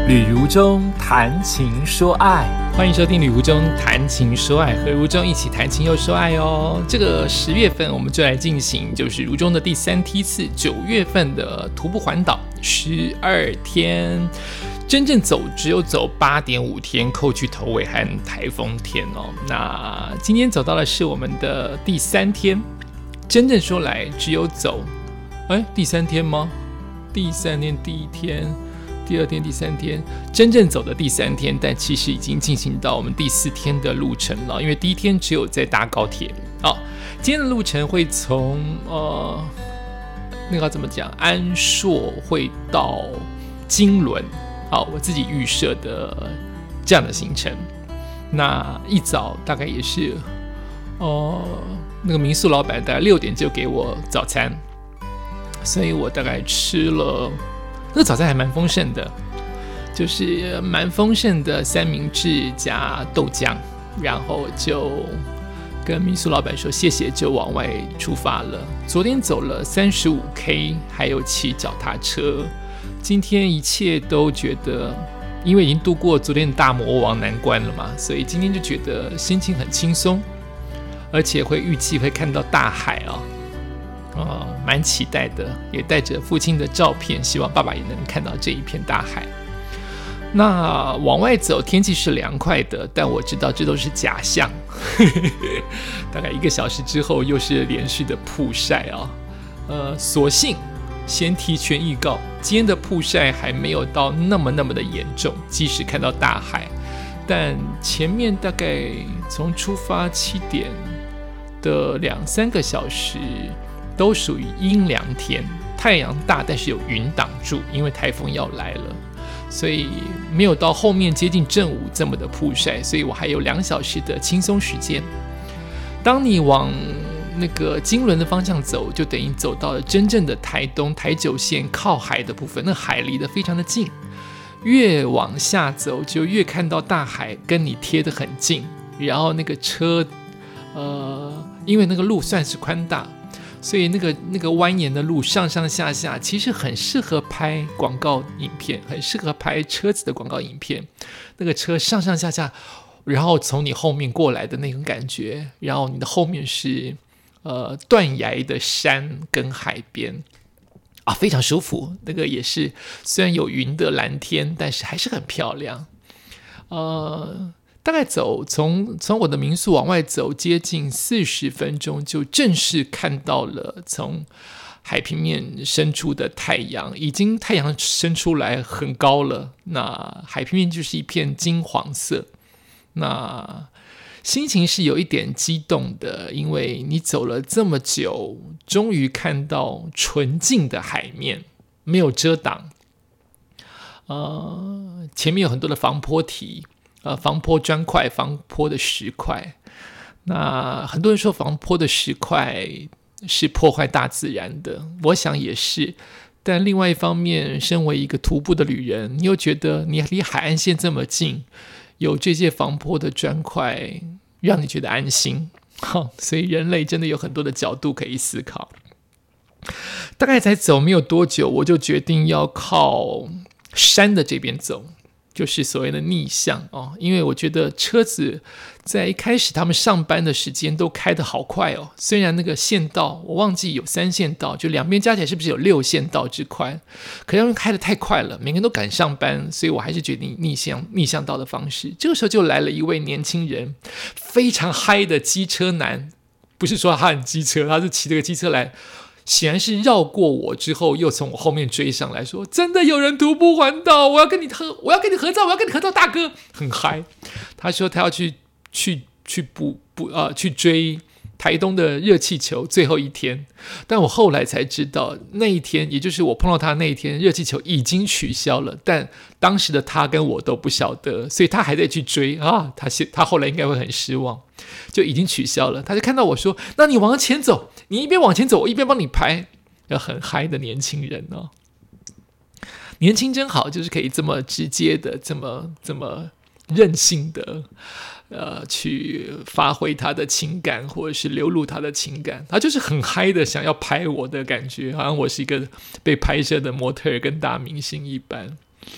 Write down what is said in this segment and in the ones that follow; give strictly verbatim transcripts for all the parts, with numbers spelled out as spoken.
旅途中谈情说爱， 欢迎收听旅途中谈情说爱，和如中一起谈情又说爱哦。这个十月份我们就来进行就是如中的第三梯次，九月份的徒步环岛十二天，真正走只有走八点五天，扣去头尾和台风天哦。那今天走到的是我们的第三天，真正说来只有走，哎，第三天吗？第三天第一天。第二天、第三天，真正走的第三天，但其实已经进行到我们第四天的路程了。因为第一天只有在搭高铁。好，今天的路程会从呃，那个要怎么讲？安朔会到金轮。好，我自己预设的这样的行程。那一早大概也是，哦、呃，那个民宿老板大概六点就给我早餐，所以我大概吃了。那个早餐还蛮丰盛的，就是蛮丰盛的三明治加豆浆，然后就跟民宿老板说谢谢，就往外出发了。昨天走了三十五 K， 还有骑脚踏车。今天一切都觉得，因为已经度过昨天的大魔王难关了嘛，所以今天就觉得心情很轻松，而且会预计会看到大海啊。呃，蛮期待的，也带着父亲的照片，希望爸爸也能看到这一片大海。那往外走，天气是凉快的，但我知道这都是假象。大概一个小时之后，又是连续的曝晒啊。呃，所幸先提前预告，今天的曝晒还没有到那么那么的严重，即使看到大海，但前面大概从出发七点的两三个小时。都属于阴凉天，太阳大，但是有云挡住，因为台风要来了，所以没有到后面接近正午这么的曝晒，所以我还有两小时的轻松时间。当你往那个金轮的方向走，就等于走到了真正的台东台九线靠海的部分，那海离得非常的近，越往下走就越看到大海跟你贴得很近，然后那个车，呃，因为那个路算是宽大。所以那个那个蜿蜒的路上上下下，其实很适合拍广告影片，很适合拍车子的广告影片。那个车上上下下，然后从你后面过来的那种感觉，然后你的后面是呃断崖的山跟海边啊，非常舒服。那个也是虽然有云的蓝天，但是还是很漂亮。呃。大概走从从我的民宿往外走接近四十分钟，就正式看到了从海平面伸出的太阳，已经太阳伸出来很高了，那海平面就是一片金黄色，那心情是有一点激动的，因为你走了这么久，终于看到纯净的海面，没有遮挡，呃，前面有很多的防波堤。呃，防坡砖块、防坡的石块，那很多人说防坡的石块是破坏大自然的，我想也是。但另外一方面，身为一个徒步的旅人，你又觉得你离海岸线这么近，有这些防坡的砖块，让你觉得安心。所以人类真的有很多的角度可以思考。大概才走没有多久，我就决定要靠山的这边走。就是所谓的逆向哦，因为我觉得车子在一开始他们上班的时间都开得好快哦。虽然那个线道我忘记有三线道，就两边加起来是不是有六线道之宽？可是他们开得太快了，每个人都赶上班，所以我还是决定逆向逆向道的方式。这个时候就来了一位年轻人，非常嗨的机车男，不是说他很机车，他是骑这个机车来。显然是绕过我之后，又从我后面追上来说：“真的有人徒步环岛，我要跟你合，我要跟你合照，我要跟你合照，大哥，很嗨。”他说他要去去去补补呃去追台东的热气球最后一天，但我后来才知道，那一天也就是我碰到他那一天，热气球已经取消了，但当时的他跟我都不晓得，所以他还在去追啊。他他后来应该会很失望。就已经取消了，他就看到我说：“那你往前走，你一边往前走，我一边帮你拍。”要很嗨的年轻人哦，年轻真好，就是可以这么直接的，这么这么任性的，呃，去发挥他的情感，或者是流露他的情感。他就是很嗨的，想要拍我的感觉，好像我是一个被拍摄的模特儿跟大明星一般。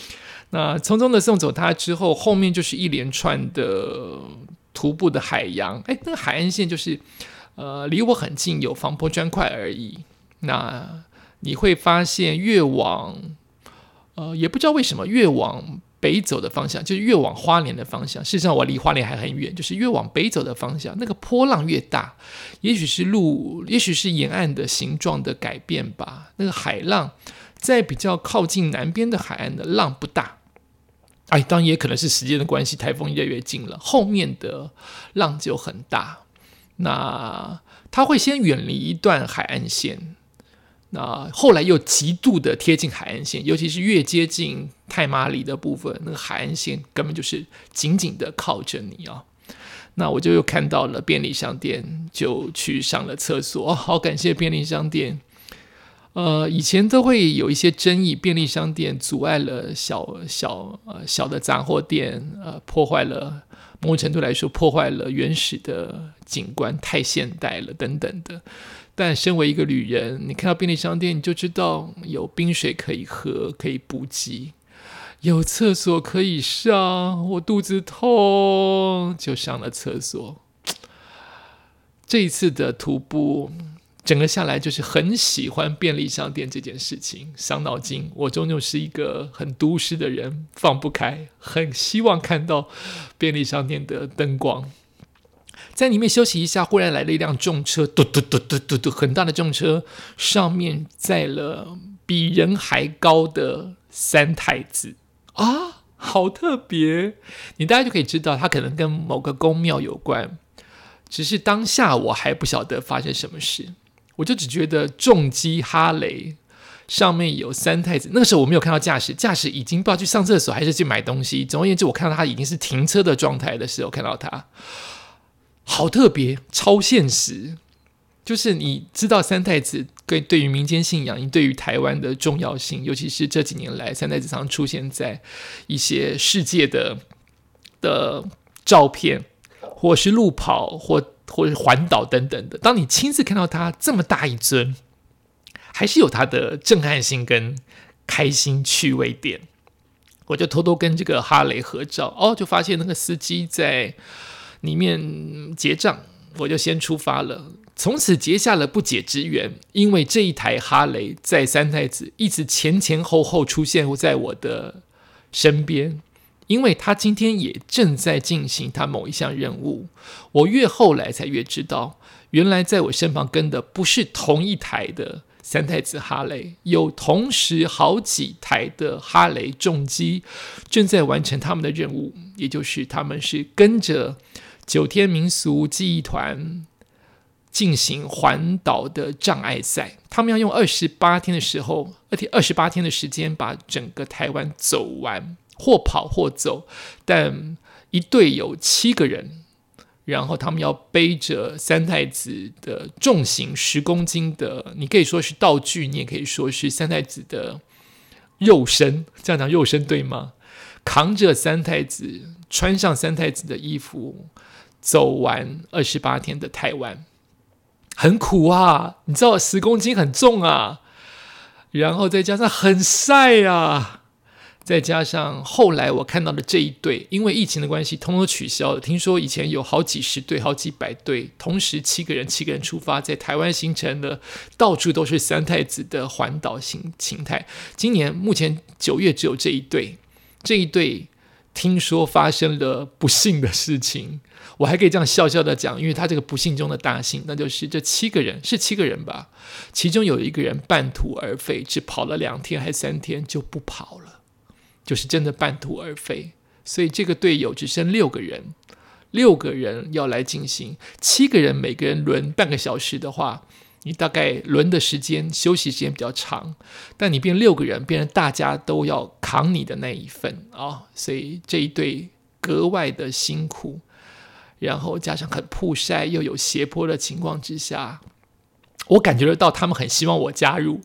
那匆匆的送走他之后，后面就是一连串的徒步的海洋。哎，那个海岸线就是呃离我很近，有防坡砖块而已。那你会发现越往呃也不知道为什么越往北走的方向，就是越往花莲的方向，事实上我离花莲还很远，就是越往北走的方向，那个波浪越大。也许是路，也许是沿岸的形状的改变吧。那个海浪在比较靠近南边的海岸的浪不大，哎，当然也可能是时间的关系，台风越来越近了，后面的浪就很大。那它会先远离一段海岸线，那后来又极度的贴近海岸线，尤其是越接近太麻里的部分，那个海岸线根本就是紧紧的靠着你啊。那我就又看到了便利商店，就去上了厕所。哦，好感谢便利商店。呃，以前都会有一些争议，便利商店阻碍了小小呃小的杂货店，呃，破坏了某种程度来说破坏了原始的景观，太现代了等等的。但身为一个旅人，你看到便利商店，你就知道有冰水可以喝，可以补给，有厕所可以上。我肚子痛，就上了厕所。这一次的徒步，整个下来就是很喜欢便利商店这件事情，伤脑筋。我终究是一个很都市的人，放不开，很希望看到便利商店的灯光。在里面休息一下，忽然来了一辆重车，嘟嘟嘟嘟嘟嘟，很大的重车，上面载了比人还高的三太子啊，好特别！你大家就可以知道，它可能跟某个宫庙有关。只是当下我还不晓得发生什么事，我就只觉得重机哈雷上面有三太子。那个时候我没有看到驾驶，驾驶已经不知道去上厕所还是去买东西。总而言之，我看到他已经是停车的状态的时候，看到他。好特别，超现实。就是你知道三太子对于民间信仰，对于台湾的重要性，尤其是这几年来，三太子常出现在一些世界的的照片，或是路跑，或或是环岛等等的。当你亲自看到他这么大一尊，还是有他的震撼性跟开心趣味点。我就偷偷跟这个哈雷合照，哦，就发现那个司机在里面结账，我就先出发了。从此结下了不解之缘，因为这一台哈雷在三太子一直前前后后出现在我的身边，因为他今天也正在进行他某一项任务。我越后来才越知道，原来在我身旁跟的不是同一台的三太子哈雷，有同时好几台的哈雷重机正在完成他们的任务，也就是他们是跟着九天民俗记忆团进行环岛的障碍赛。他们要用二十八天的时候，而且二十八天的时间把整个台湾走完，或跑或走。但一队有七个人，然后他们要背着三太子的重型十公斤的，你可以说是道具，你也可以说是三太子的肉身，这样讲肉身对吗？扛着三太子，穿上三太子的衣服，走完二十八天的台湾，很苦啊！你知道十公斤很重啊，然后再加上很晒啊，再加上后来我看到的这一队，因为疫情的关系，通通取消了。听说以前有好几十队、好几百队，同时七个人、七个人出发，在台湾形成了到处都是三太子的环岛形形态。今年目前九月只有这一队，这一队听说发生了不幸的事情。我还可以这样笑笑的讲，因为他这个不幸中的大幸，那就是这七个人是七个人吧，其中有一个人半途而废，只跑了两天还三天就不跑了，就是真的半途而废。所以这个队友只剩六个人，六个人要来进行，七个人每个人轮半个小时的话，你大概轮的时间休息时间比较长，但你变六个人，变成大家都要扛你的那一份啊、哦，所以这一队格外的辛苦。然后加上很曝晒又有斜坡的情况之下，我感觉得到他们很希望我加入。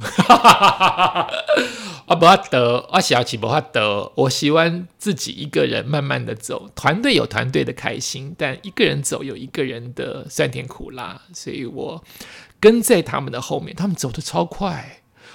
我不得，我小起不得，我喜欢自己一个人慢慢的走，团队有团队的开心，但一个人走有一个人的酸甜苦辣，所以我跟在他们的后面，他们走得超快。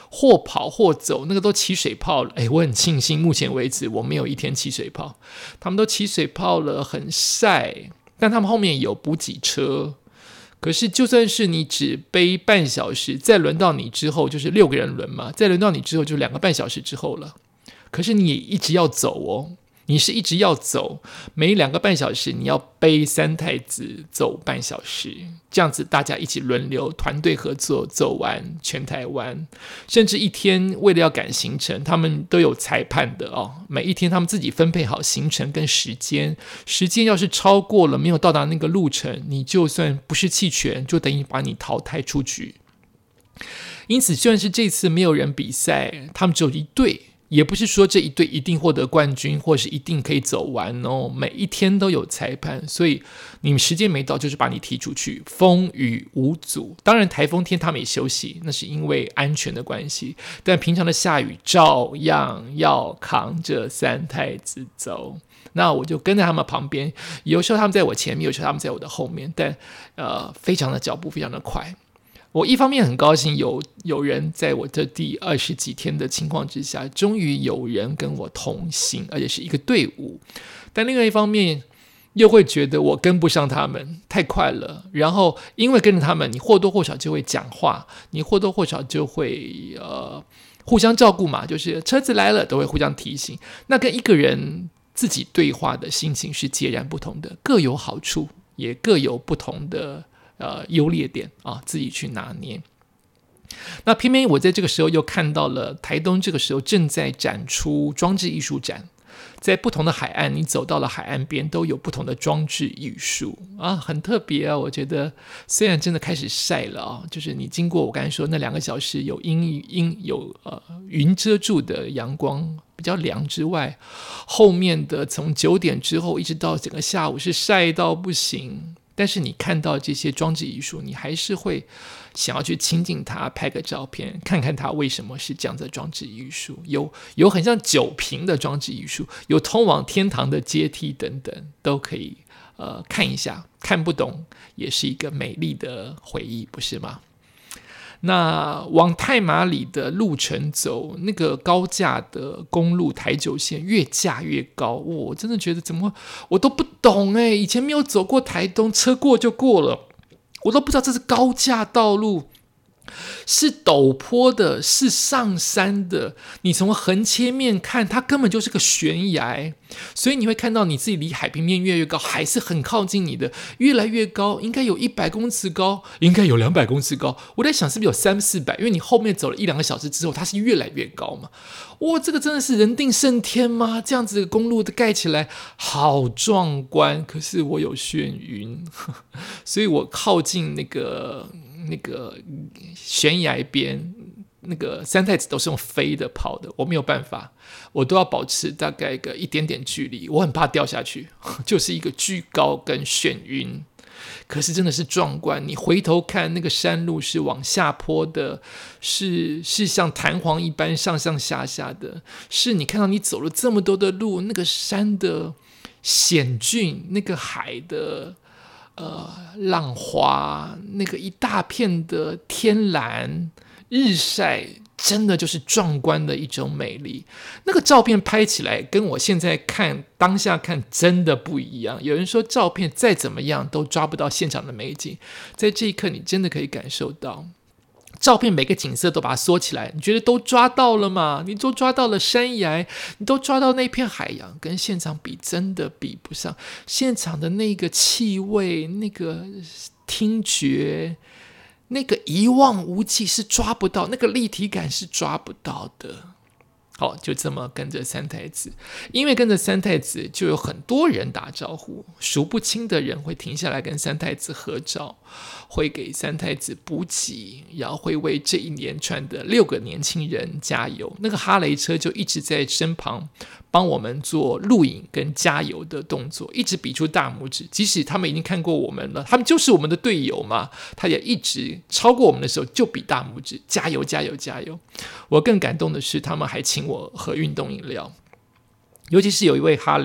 或跑或走，那个都起水泡了。哎，我很庆幸，目前为止我没有一天起水泡。他们都起水泡了，很晒，但他们后面有补给车。可是就算是你只背半小时，再轮到你之后就是六个人轮嘛，再轮到你之后就两个半小时之后了。可是你也一直要走哦，你是一直要走，每两个半小时你要背三太子走半小时，这样子大家一起轮流团队合作走完全台湾。甚至一天为了要赶行程，他们都有裁判的哦，每一天他们自己分配好行程跟时间，时间要是超过了没有到达那个路程，你就算不是弃权，就等于把你淘汰出局。因此虽然是这次没有人比赛，他们只有一队，也不是说这一队一定获得冠军或是一定可以走完哦，每一天都有裁判，所以你们时间没到就是把你踢出去，风雨无阻。当然台风天他们也休息，那是因为安全的关系，但平常的下雨照样要扛着三太子走。那我就跟在他们旁边，有时候他们在我前面，有时候他们在我的后面，但呃，非常的脚步非常的快。我一方面很高兴有有人在我这第二十几天的情况之下，终于有人跟我同行，而且是一个队伍。但另外一方面又会觉得我跟不上他们，太快了。然后因为跟着他们，你或多或少就会讲话，你或多或少就会呃互相照顾嘛，就是车子来了都会互相提醒。那跟一个人自己对话的心情是截然不同的，各有好处，也各有不同的呃，优劣点啊，自己去拿捏。那偏偏我在这个时候又看到了台东这个时候正在展出装置艺术展，在不同的海岸，你走到了海岸边都有不同的装置艺术啊，很特别啊。我觉得虽然真的开始晒了啊，就是你经过我刚才说那两个小时有阴阴有呃云遮住的阳光比较凉之外，后面的从九点之后一直到整个下午是晒到不行。但是你看到这些装置艺术，你还是会想要去亲近它，拍个照片，看看它为什么是这样的装置艺术。有有很像酒瓶的装置艺术，有通往天堂的阶梯等等，都可以呃看一下。看不懂也是一个美丽的回忆，不是吗？那往太麻里的路程走，那个高架的公路台九线越架越高，我真的觉得怎么我都不懂哎，以前没有走过台东，车过就过了，我都不知道这是高架道路，是陡坡的，是上山的，你从横切面看它根本就是个悬崖，所以你会看到你自己离海平面越来越高，还是很靠近你的，越来越高，应该有一百公尺高，应该有两百公尺高，我在想是不是有三四百，因为你后面走了一两个小时之后它是越来越高嘛。哇，这个真的是人定胜天吗？这样子的公路盖起来好壮观，可是我有眩晕，所以我靠近那个那个悬崖边，那个三太子都是用飞的跑的，我没有办法，我都要保持大概一个一点点距离，我很怕掉下去，就是一个巨高跟眩晕。可是真的是壮观，你回头看那个山路是往下坡的，是是像弹簧一般上上下下的，是你看到你走了这么多的路，那个山的险峻，那个海的呃浪花，那个一大片的天蓝日晒，真的就是壮观的一种美丽。那个照片拍起来跟我现在看当下看真的不一样。有人说照片再怎么样都抓不到现场的美景，在这一刻你真的可以感受到，照片每个景色都把它缩起来，你觉得都抓到了吗？你都抓到了山崖，你都抓到那片海洋，跟现场比真的比不上。现场的那个气味，那个听觉，那个一望无际是抓不到，那个立体感是抓不到的。好，就这么跟着三太子，因为跟着三太子就有很多人打招呼，数不清的人会停下来跟三太子合照，会给三太子补给，然后会为这一连串的六个年轻人加油。那个哈雷车就一直在身旁帮我们做录影跟加油的动作，一直比出大拇指，即使他们已经看过我们了，他们就是我们的队友嘛，他也一直超过我们的时候就比大拇指，加油加油加油。我更感动的是他们还请我喝运动饮料，尤其是有一位哈雷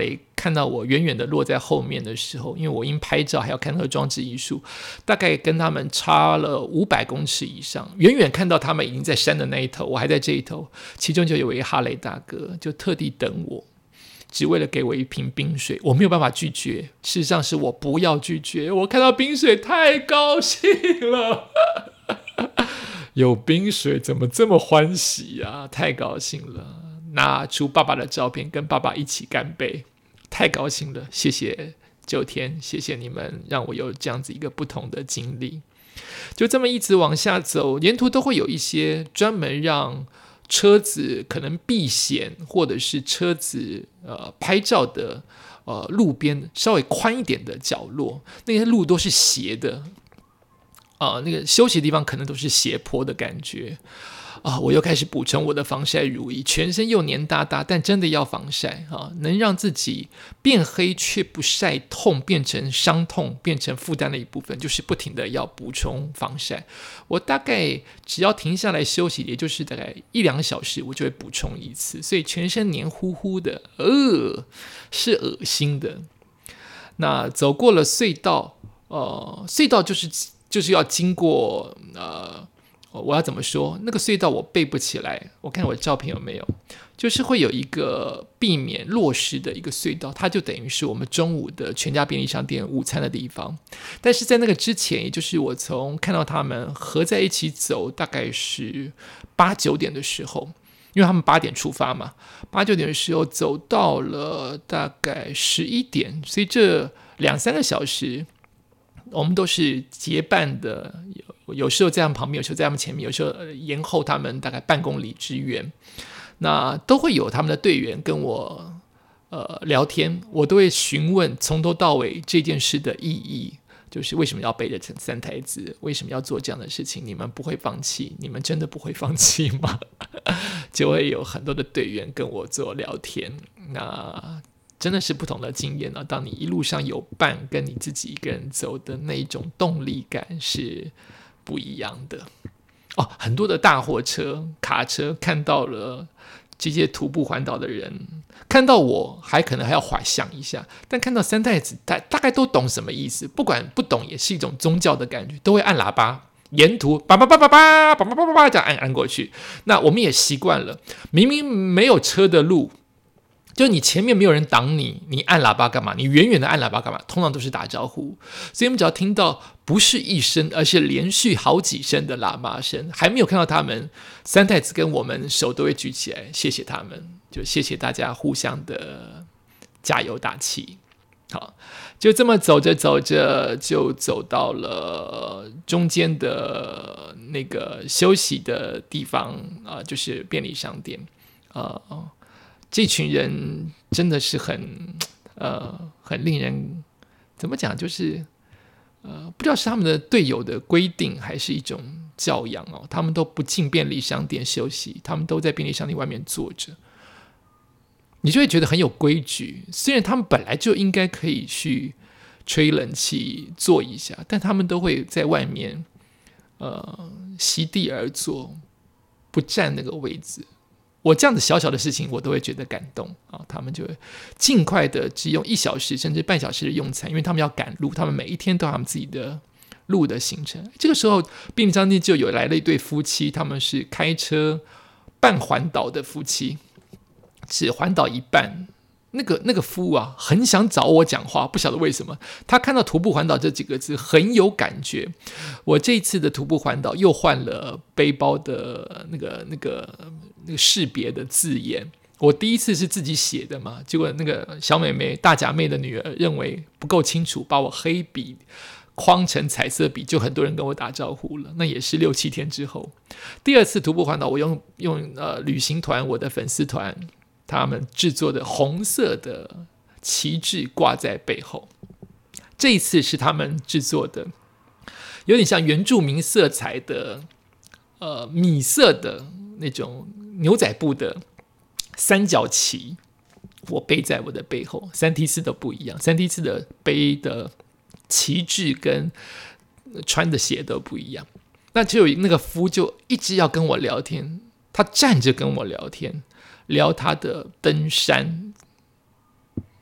看到我远远的落在后面的时候，因为我因拍照还要看那个装置艺术，大概跟他们差了五百公尺以上，远远看到他们已经在山的那一头，我还在这一头，其中就有一个哈雷大哥就特地等我，只为了给我一瓶冰水，我没有办法拒绝，事实上是我不要拒绝，我看到冰水太高兴了有冰水怎么这么欢喜啊，太高兴了，拿出爸爸的照片跟爸爸一起干杯，太高兴了，谢谢九天，谢谢你们让我有这样子一个不同的经历。就这么一直往下走，沿途都会有一些专门让车子可能避险或者是车子呃拍照的呃路边稍微宽一点的角落，那些路都是斜的啊、呃，那个休息的地方可能都是斜坡的感觉啊。我又开始补充我的防晒乳液，全身又黏哒哒，但真的要防晒啊，能让自己变黑却不晒痛，变成伤痛，变成负担的一部分，就是不停的要补充防晒。我大概只要停下来休息，也就是大概一两个小时，我就会补充一次，所以全身黏糊糊的，呃，是恶心的。那走过了隧道，呃，隧道就是就是要经过呃。我要怎么说？那个隧道我背不起来，我看我的照片有没有，就是会有一个避免落石的一个隧道，它就等于是我们中午的全家便利商店午餐的地方。但是在那个之前，也就是我从看到他们合在一起走，大概是八九点的时候，因为他们八点出发嘛，八九点的时候走到了大概十一点，所以这两三个小时我们都是结伴的，有有时候在他们旁边，有时候在他们前面，有时候延后他们大概半公里之远。那都会有他们的队员跟我呃聊天，我都会询问从头到尾这件事的意义，就是为什么要背着三太子，为什么要做这样的事情？你们不会放弃？你们真的不会放弃吗？就会有很多的队员跟我做聊天。那真的是不同的经验啊！当你一路上有伴，跟你自己一个人走的那一种动力感是不一样的哦。很多的大货车、卡车看到了这些徒步环岛的人，看到我还可能还要怀想一下，但看到三太子，大大概都懂什么意思。不管不懂，也是一种宗教的感觉，都会按喇叭，沿途叭叭叭叭叭叭叭叭叭这样按按过去。那我们也习惯了，明明没有车的路。就你前面没有人挡你，你按喇叭干嘛？你远远的按喇叭干嘛？通常都是打招呼。所以我们只要听到不是一声，而是连续好几声的喇叭声，还没有看到他们，三太子跟我们手都会举起来，谢谢他们，就谢谢大家互相的加油打气。好，就这么走着走着，就走到了中间的那个休息的地方啊、呃，就是便利商店啊。呃这群人真的是很呃很令人怎么讲，就是呃不知道是他们的队友的规定还是一种教养哦，他们都不进便利商店休息，他们都在便利商店外面坐着，你就会觉得很有规矩。虽然他们本来就应该可以去吹冷气坐一下，但他们都会在外面呃席地而坐，不占那个位置。我这样的小小的事情我都会觉得感动啊！他们就会尽快的只用一小时甚至半小时的用餐，因为他们要赶路，他们每一天都有他们自己的路的行程。这个时候便利商店就有来了一对夫妻，他们是开车半环岛的夫妻，是环岛一半。那个那个夫啊，很想找我讲话，不晓得为什么。他看到徒步环岛这几个字很有感觉。我这一次的徒步环岛又换了背包的那个那个那个识别的字眼。我第一次是自己写的嘛，结果那个小妹妹大甲妹的女儿认为不够清楚，把我黑笔框成彩色笔，就很多人跟我打招呼了。那也是六七天之后。第二次徒步环岛，我用用呃旅行团，我的粉丝团。他们制作的红色的旗帜挂在背后，这一次是他们制作的，有点像原住民色彩的，呃，米色的那种牛仔布的三角旗，我背在我的背后。三梯次都不一样，三梯次的背的旗帜跟穿的鞋都不一样。那就有那个夫就一直要跟我聊天，他站着跟我聊天。聊他的登山，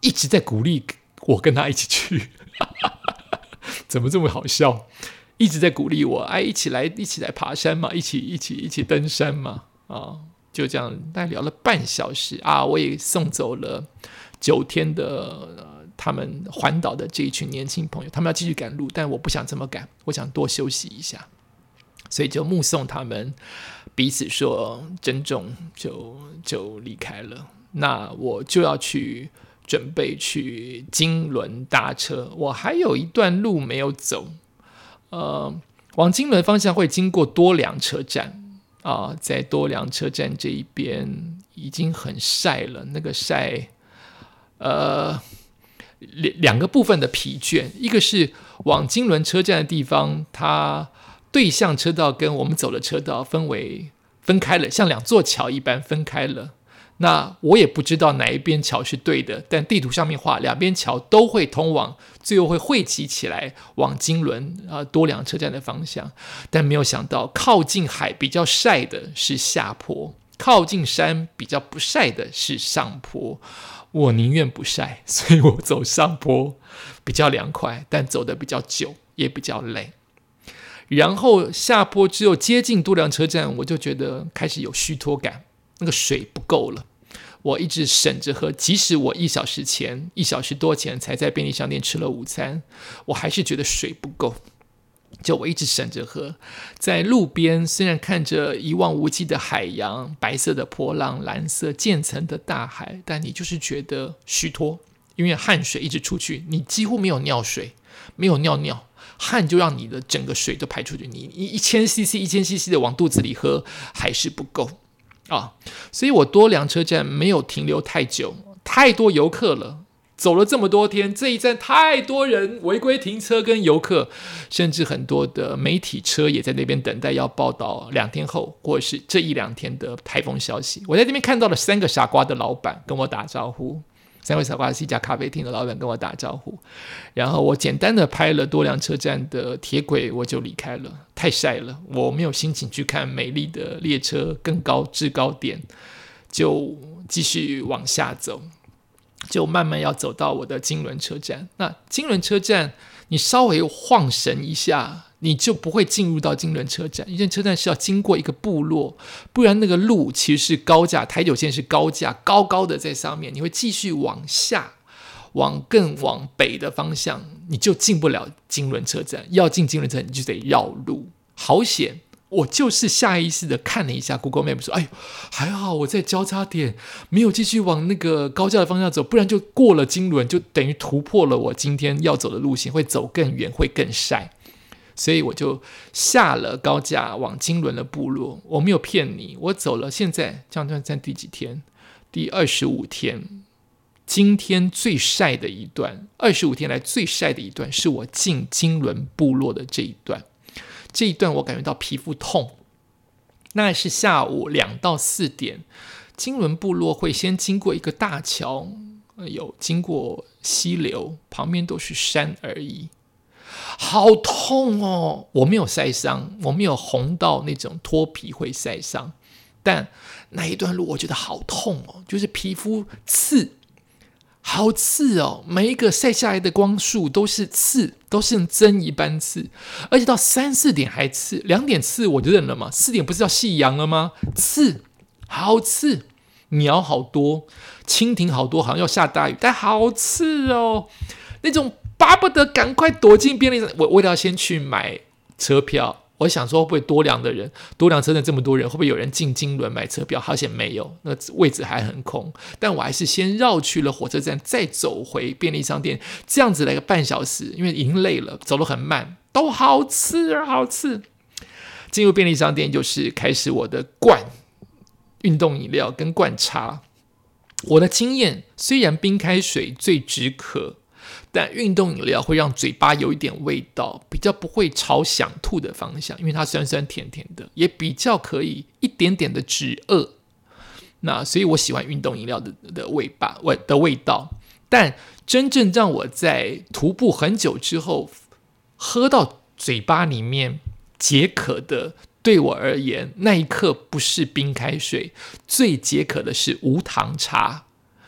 一直在鼓励我跟他一起去，怎么这么好笑？一直在鼓励我，哎，一起来，一起来爬山嘛，一起一起一起登山嘛，啊，就这样，大概聊了半小时啊，我也送走了九天的、呃、他们环岛的这一群年轻朋友，他们要继续赶路，但我不想这么赶，我想多休息一下，所以就目送他们彼此说珍重，就就离开了。那我就要去准备去金轮搭车，我还有一段路没有走。呃，往金轮方向会经过多良车站啊、呃，在多良车站这一边已经很晒了，那个晒，呃，两个部分的疲倦，一个是往金轮车站的地方，它对向车道跟我们走的车道分为分开了，像两座桥一般分开了。那我也不知道哪一边桥是对的，但地图上面画两边桥都会通往，最后会汇集起来往金轮、呃、多良车站的方向。但没有想到靠近海比较晒的是下坡，靠近山比较不晒的是上坡。我宁愿不晒，所以我走上坡比较凉快，但走得比较久也比较累。然后下坡之后接近多良车站，我就觉得开始有虚脱感，那个水不够了，我一直省着喝，即使我一小时前一小时多前才在便利商店吃了午餐，我还是觉得水不够，就我一直省着喝。在路边虽然看着一望无际的海洋，白色的波浪，蓝色渐层的大海，但你就是觉得虚脱，因为汗水一直出去，你几乎没有尿水，没有尿尿，汗就让你的整个水都排出去，你一千 C C 一千 C C 的往肚子里喝还是不够啊，所以我多良车站没有停留太久，太多游客了，走了这么多天，这一站太多人违规停车跟游客，甚至很多的媒体车也在那边等待要报道两天后或者是这一两天的台风消息。我在那边看到了三个傻瓜的老板跟我打招呼，三位傻瓜是一家咖啡厅的老板跟我打招呼，然后我简单的拍了多良车站的铁轨，我就离开了。太晒了，我没有心情去看美丽的列车更高制高点，就继续往下走，就慢慢要走到我的金轮车站。那金轮车站你稍微晃神一下，你就不会进入到金轮车站，因为车站是要经过一个部落，不然那个路其实是高架，台九线是高架，高高的在上面，你会继续往下，往更往北的方向，你就进不了金轮车站。要进金轮车站，你就得绕路，好险！我就是下意识的看了一下 Google Map， 说：“哎呦，还好我在交叉点没有继续往那个高架的方向走，不然就过了金轮，就等于突破了我今天要走的路线，会走更远，会更晒。”所以我就下了高架往金轮的部落。我没有骗你，我走了，现在这样算第几天？第二十五天。今天最晒的一段，二十五天来最晒的一段，是我进金轮部落的这一段。这一段我感觉到皮肤痛，那是下午两到四点，金轮部落会先经过一个大桥，有经过溪流，旁边都是山而已。好痛哦！我没有晒伤，我没有红到那种脱皮会晒伤，但那一段路我觉得好痛哦，就是皮肤刺。好刺哦！每一个晒下来的光束都是刺，都是像针一般刺，而且到三四点还刺，两点刺我就认了嘛，四点不是要夕阳了吗？刺，好刺，鸟好多，蜻蜓好多，好像要下大雨，但好刺哦，那种巴不得赶快躲进便利商店。我为了要先去买车票。我想说会不会多良的人，多良车站这么多人，会不会有人进金轮买车票？好险没有，那位置还很空。但我还是先绕去了火车站，再走回便利商店，这样子来个半小时，因为已经累了，走得很慢，都好吃啊，好吃。进入便利商店就是开始我的灌运动饮料跟灌茶。我的经验，虽然冰开水最止渴，但运动饮料会让嘴巴有一点味道，比较不会朝想吐的方向，因为它酸酸甜甜的，也比较可以一点点的止饿。那所以我喜欢运动饮料 的, 的, 味吧的味道。但真正让我在徒步很久之后喝到嘴巴里面解渴的，对我而言那一刻不是冰开水，最解渴的是无糖茶。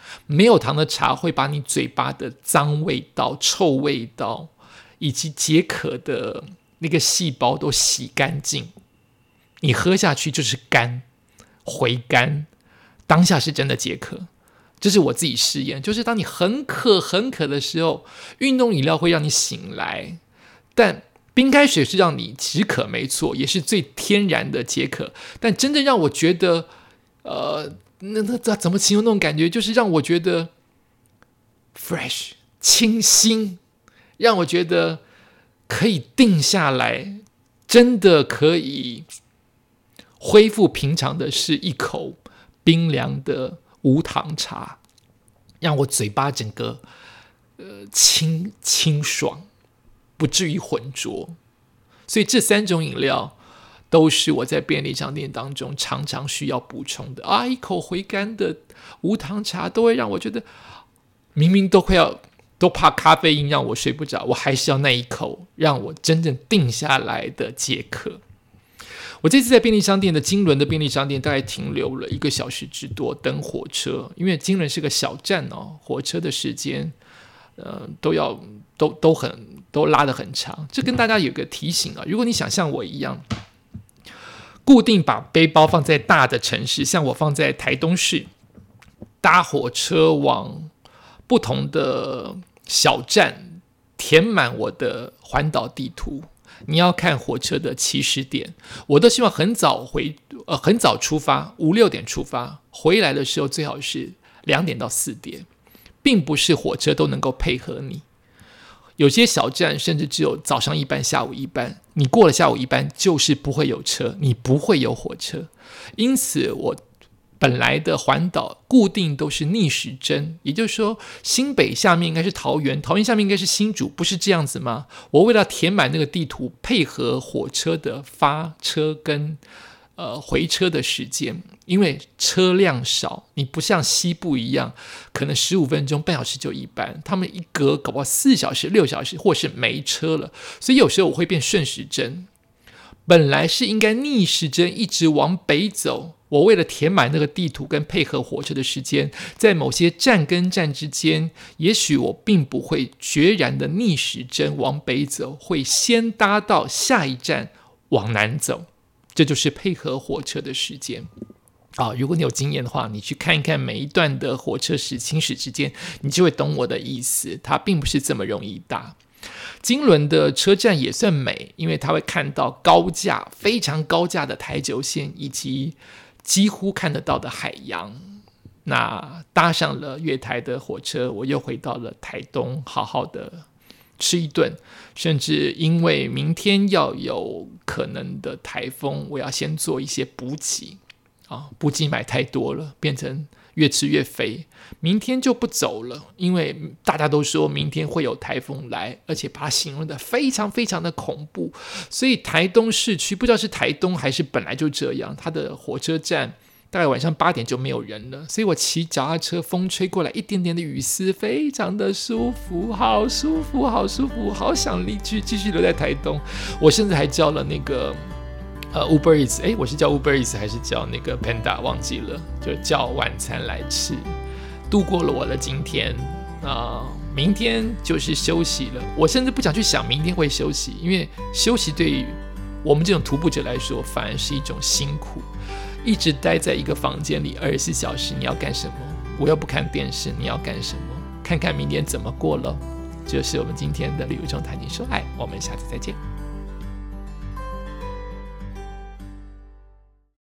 没有糖的茶会把你嘴巴的脏味道、臭味道以及解渴的那个细胞都洗干净，你喝下去就是甘，回甘，当下是真的解渴。这是我自己试验，就是当你很渴很渴的时候，运动饮料会让你醒来，但冰开水是让你止渴没错，也是最天然的解渴，但真正让我觉得呃，那那怎么形容那种感觉，就是让我觉得 fresh 清新，让我觉得可以定下来，真的可以恢复平常的是一口冰凉的无糖茶，让我嘴巴整个呃清清爽，不至于浑浊。所以这三种饮料都是我在便利商店当中常常需要补充的啊！一口回甘的无糖茶都会让我觉得，明明都快要都怕咖啡因让我睡不着，我还是要那一口让我真正定下来的解渴。我这次在便利商店的金轮的便利商店大概停留了一个小时之多，等火车，因为金轮是个小站哦，火车的时间呃都要都都很都拉得很长。这跟大家有个提醒啊，如果你想像我一样，固定把背包放在大的城市，像我放在台东市，搭火车往不同的小站，填满我的环岛地图。你要看火车的起始点，我都希望很早回，呃，很早出发，五六点出发，回来的时候最好是两点到四点，并不是火车都能够配合你。有些小站甚至只有早上一班、下午一班，你过了下午一班就是不会有车，你不会有火车。因此我本来的环岛固定都是逆时针，也就是说新北下面应该是桃园，桃园下面应该是新竹，不是这样子吗？我为了填满那个地图，配合火车的发车跟呃回车的时间，因为车辆少，你不像西部一样可能十五分钟半小时就一班，他们一隔搞不好四小时六小时或是没车了，所以有时候我会变顺时针，本来是应该逆时针一直往北走，我为了填满那个地图跟配合火车的时间，在某些站跟站之间，也许我并不会决然的逆时针往北走，会先搭到下一站往南走，这就是配合火车的时间。啊，如果你有经验的话，你去看一看每一段的火车时行驶之间，你就会懂我的意思，它并不是这么容易搭。金轮的车站也算美，因为它会看到高架非常高架的台九线，以及几乎看得到的海洋。那搭上了月台的火车，我又回到了台东，好好的吃一顿，甚至因为明天要有可能的台风，我要先做一些补给啊，补给买太多了，变成越吃越肥，明天就不走了，因为大家都说明天会有台风来，而且把它形容的非常非常的恐怖，所以台东市区不知道是台东还是本来就这样，它的火车站大概晚上八点就没有人了，所以我骑脚踏车，风吹过来，一点点的雨丝，非常的舒服，好舒服，好舒服，好想离去继续留在台东。我甚至还叫了那个呃 Uber Eats， 哎，我是叫 Uber Eats 还是叫那个 Panda 忘记了，就叫晚餐来吃，度过了我的今天啊、呃，明天就是休息了。我甚至不想去想明天会休息，因为休息对于我们这种徒步者来说，反而是一种辛苦。一直待在一个房间里二十四小时，你要干什么？我又不看电视，你要干什么？看看明天怎么过了。这是我们今天的旅游中谈情说爱，我们下次再见。